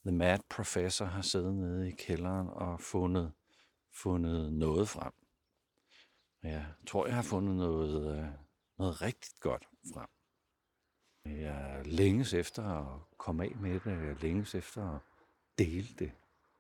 The Mad Professor har siddet nede i kælderen og fundet noget frem. Jeg tror, jeg har fundet noget rigtig godt frem. Jeg længes efter at komme af med det. Jeg længes efter at dele det.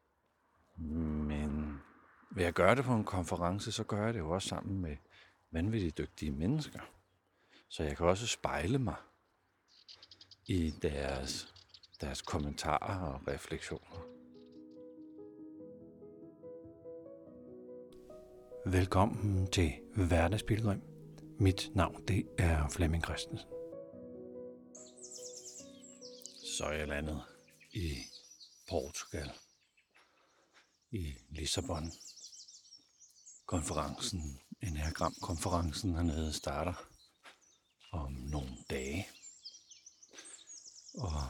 Men ved at gøre det på en konference, så gør jeg det jo også sammen med vanvittigt dygtige mennesker. Så jeg kan også spejle mig i deres kommentarer og refleksioner. Velkommen til Hverdagspilgrim. Mit navn, det er Flemming Christensen. Så er jeg landet i Portugal, i Lissabon. Enneagram-konferencen hernede starter om nogle dage. Og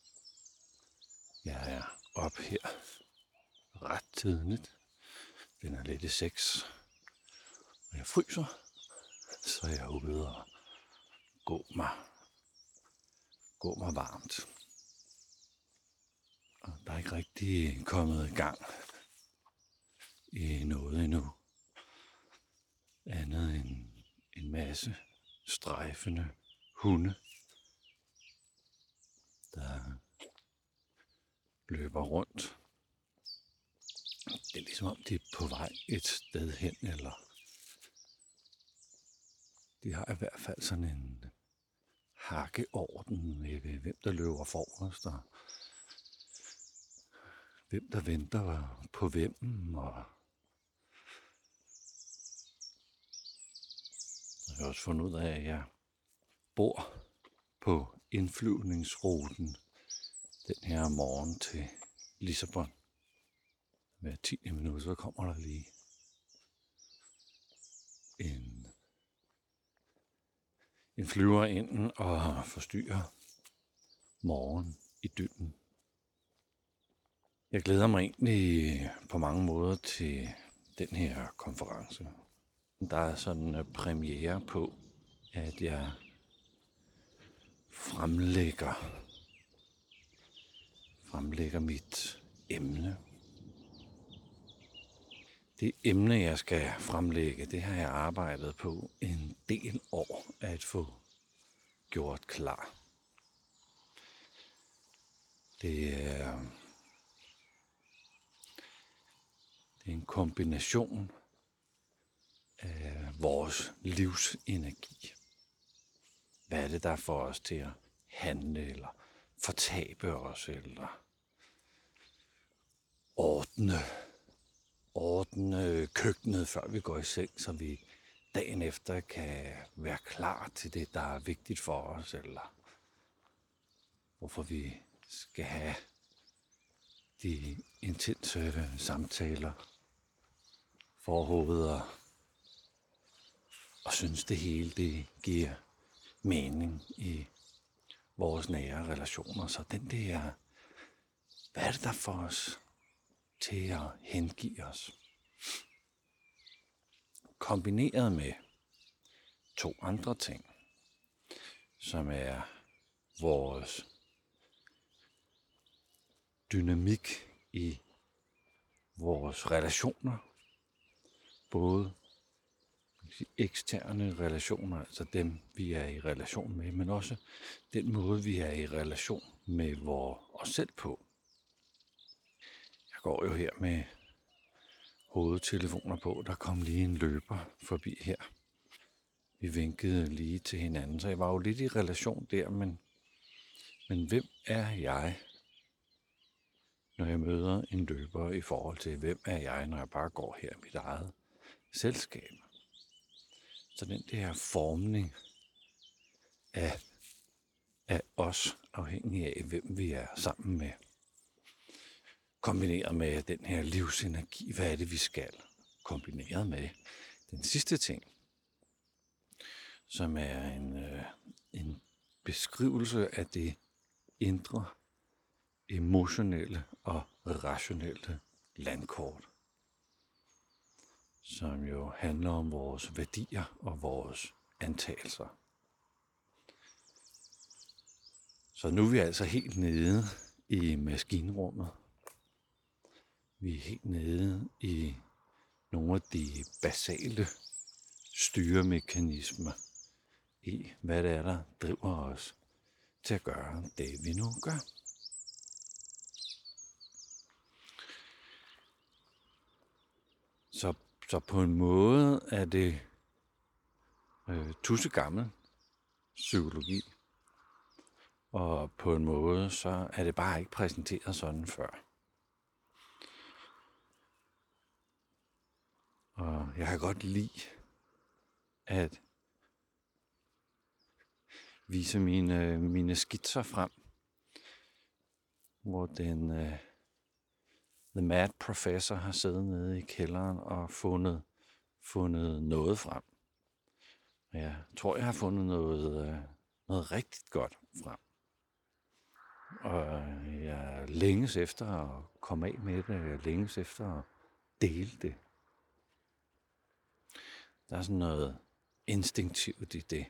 jeg er op her ret tidligt. Den er lidt i 6, og jeg fryser, så jeg er ude og gå mig varmt. Og der er ikke rigtig kommet i gang i noget endnu. Andet end en masse strejfende hunde, der løber rundt. Det er ligesom om de er på vej et sted hen, eller de har i hvert fald sådan en hakkeorden med hvem der løber forrest, og hvem der venter på hvem, og jeg har også fundet ud af, at jeg bor på indflyvningsruten den her morgen til Lissabon. Hver 10 minutter, så kommer der lige en flyver ind og forstyrrer morgen i dybden. Jeg glæder mig egentlig på mange måder til den her konference. Der er sådan en premiere på, at jeg fremlægger mit emne. Det emne, jeg skal fremlægge, det har jeg arbejdet på en del år at få gjort klar. Det er en kombination af vores livsenergi. Hvad er det, der får os til at handle, eller fortabe os, eller ordne køkkenet, før vi går i seng, så vi dagen efter kan være klar til det, der er vigtigt for os, eller hvorfor vi skal have de intense samtaler for overhovedet og synes det hele det giver mening i vores nære relationer. Så den der, hvad er det, der får os til at hengive os? Kombineret med 2 andre ting, som er vores dynamik i vores relationer, både eksterne relationer, altså dem vi er i relation med, men også den måde vi er i relation med os selv på. Jeg går jo her med hovedtelefoner på, der kom lige en løber forbi her. Vi vinkede lige til hinanden, så jeg var jo lidt i relation der, men hvem er jeg, når jeg møder en løber, i forhold til hvem er jeg, når jeg bare går her i mit eget selskab? Så den der formning af os, afhængig af hvem vi er sammen med, kombineret med den her livsenergi, hvad er det vi skal, kombineret med den sidste ting, som er en beskrivelse af det indre, emotionelle og rationelle landkort, som jo handler om vores værdier og vores antagelser. Så nu er vi altså helt nede i maskinrummet. Vi er helt nede i nogle af de basale styremekanismer i, hvad det er, der driver os til at gøre det, vi nu gør. Så på en måde er det tussegammel psykologi, og på en måde så er det bare ikke præsenteret sådan før. Og jeg kan godt lide at vise mine skitser frem, hvor den The Mad Professor har siddet nede i kælderen og fundet noget frem. Jeg tror, jeg har fundet noget rigtig godt frem. Og jeg længes efter at komme af med det. Jeg længes efter at dele det. Der er sådan noget instinktivt i det.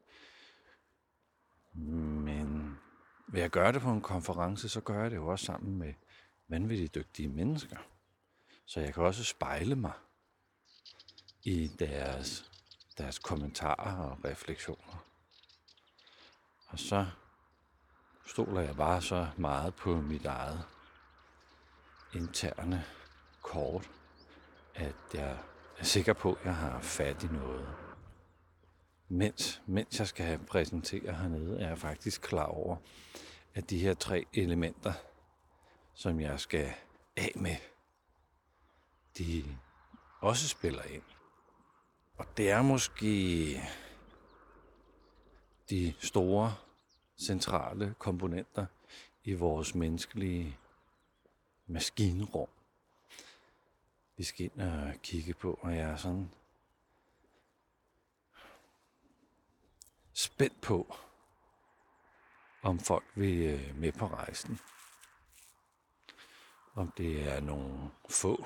Men ved at gøre det på en konference, så gør jeg det jo også sammen med vanvittigt dygtige mennesker. Så jeg kan også spejle mig i deres kommentarer og refleksioner. Og så stoler jeg bare så meget på mit eget interne kort, at jeg er sikker på, at jeg har fat i noget. Mens jeg skal præsentere hernede, er jeg faktisk klar over, at de her 3 elementer, som jeg skal af med, de også spiller ind. Og det er måske de store, centrale komponenter i vores menneskelige maskinrum, vi skal ind og kigge på, og jeg er sådan spændt på, om folk vil med på rejsen. Om det er nogle få,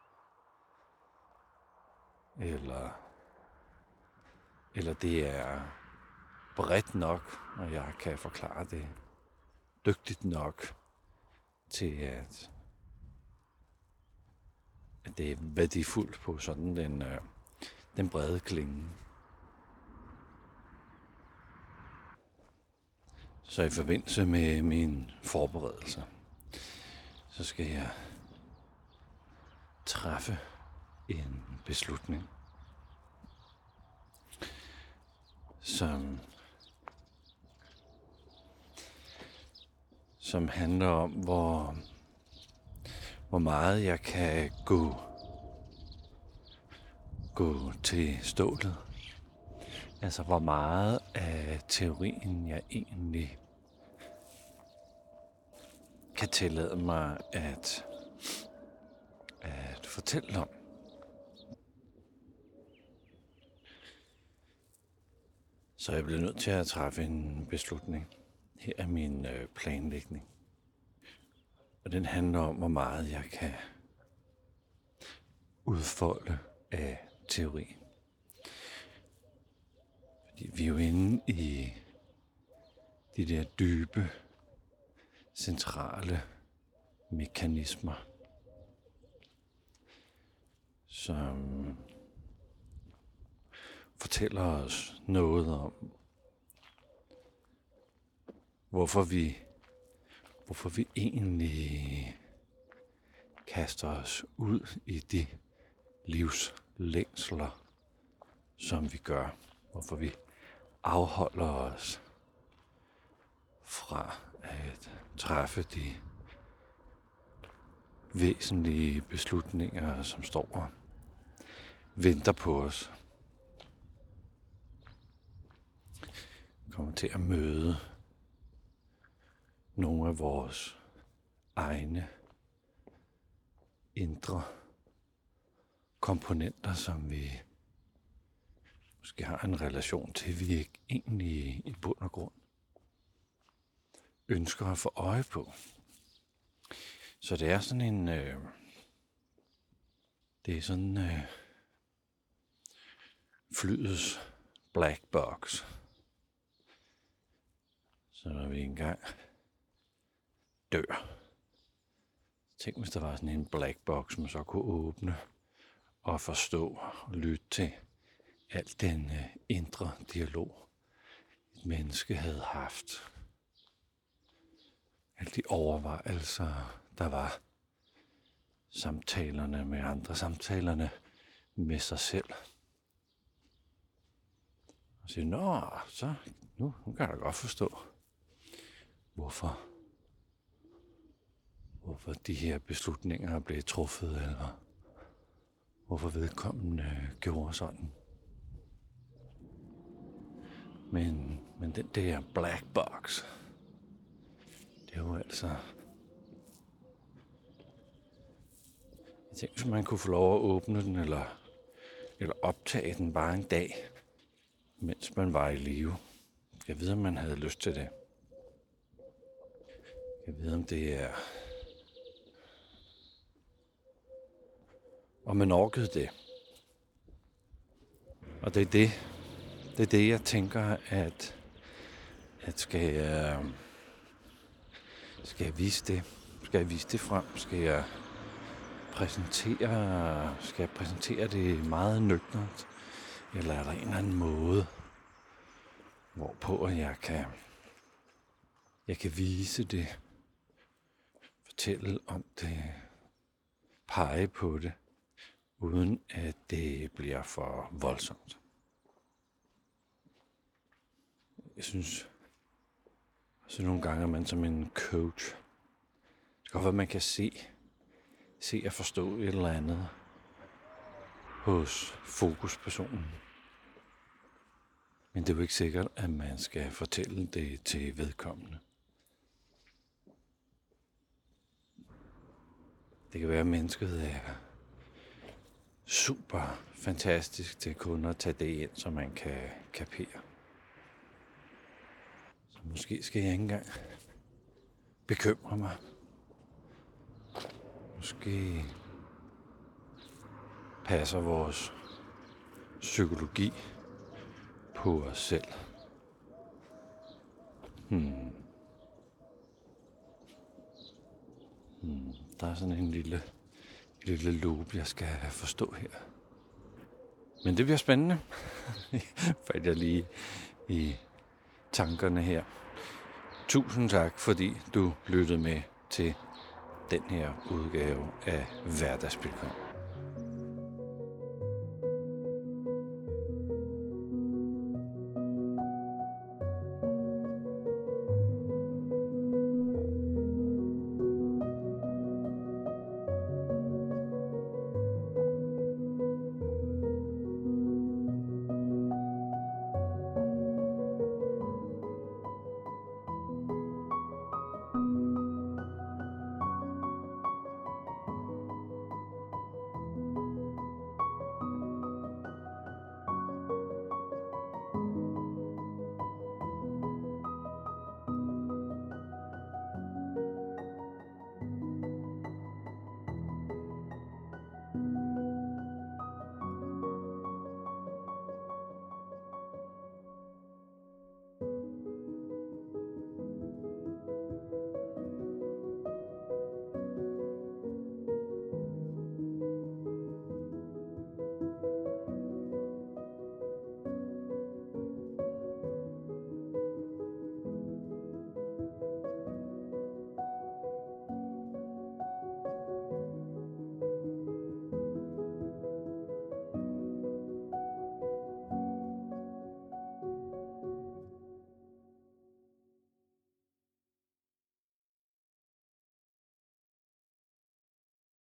eller det er bredt nok, og jeg kan forklare det dygtigt nok til, at det er værdifuldt på sådan den brede klinge. Så i forbindelse med mine forberedelser, så skal jeg træffe en beslutning, som handler om, hvor meget jeg kan gå til stålet. Altså, hvor meget af teorien jeg egentlig kan tillade mig at fortælle om. Så jeg bliver nødt til at træffe en beslutning. Her er min planlægning. Og den handler om, hvor meget jeg kan udfolde af teori. Fordi vi er jo inde i de der dybe, centrale mekanismer, som fortæller os noget om, hvorfor vi egentlig kaster os ud i de livslængsler, som vi gør. Hvorfor vi afholder os fra at træffe de væsentlige beslutninger, som står og venter på os. Vi kommer til at møde nogle af vores egne indre komponenter, som vi måske har en relation til, vi ikke egentlig i bund og grund ønsker at få øje på. Så det er sådan en flyets black box. Så når vi engang dør. Tænk, hvis der var sådan en black box, man så kunne åbne og forstå og lytte til al den indre dialog, et menneske havde haft. Alle de overvejelser, der var, samtalerne med andre, samtalerne med sig selv. Og sige, nå, så nu kan jeg da godt forstå, hvorfor de her beslutninger er blevet truffet, eller hvorfor vedkommende gjorde sådan. Men den der black box, det er jo altså... Jeg tænkte, hvis man kunne få lov at åbne den, eller optage den bare en dag, mens man var i live. Jeg ved, om man havde lyst til det. Jeg ved, om det er... Og man orkede det. Og det er det, jeg tænker, at skal jeg vise det? Skal jeg vise det frem? Skal jeg præsentere det meget nøgternt? Eller er der en eller anden måde, hvorpå jeg kan vise det, fortælle om det, pege på det, uden at det bliver for voldsomt. Jeg synes så nogle gange, at man som en coach, det kan godt være, at man kan se og forstå et eller andet hos fokuspersonen. Men det er jo ikke sikkert, at man skal fortælle det til vedkommende. Det kan være, at mennesket er super fantastisk til kun at tage det ind, så man kan kapere. Så måske skal jeg ikke engang bekymre mig. Måske passer vores psykologi på os selv. Der er sådan en lille loop, jeg skal forstå her. Men det bliver spændende. Faldt jeg lige i tankerne her. Tusind tak, fordi du lyttede med til den her udgave af Hverdagsbilkom.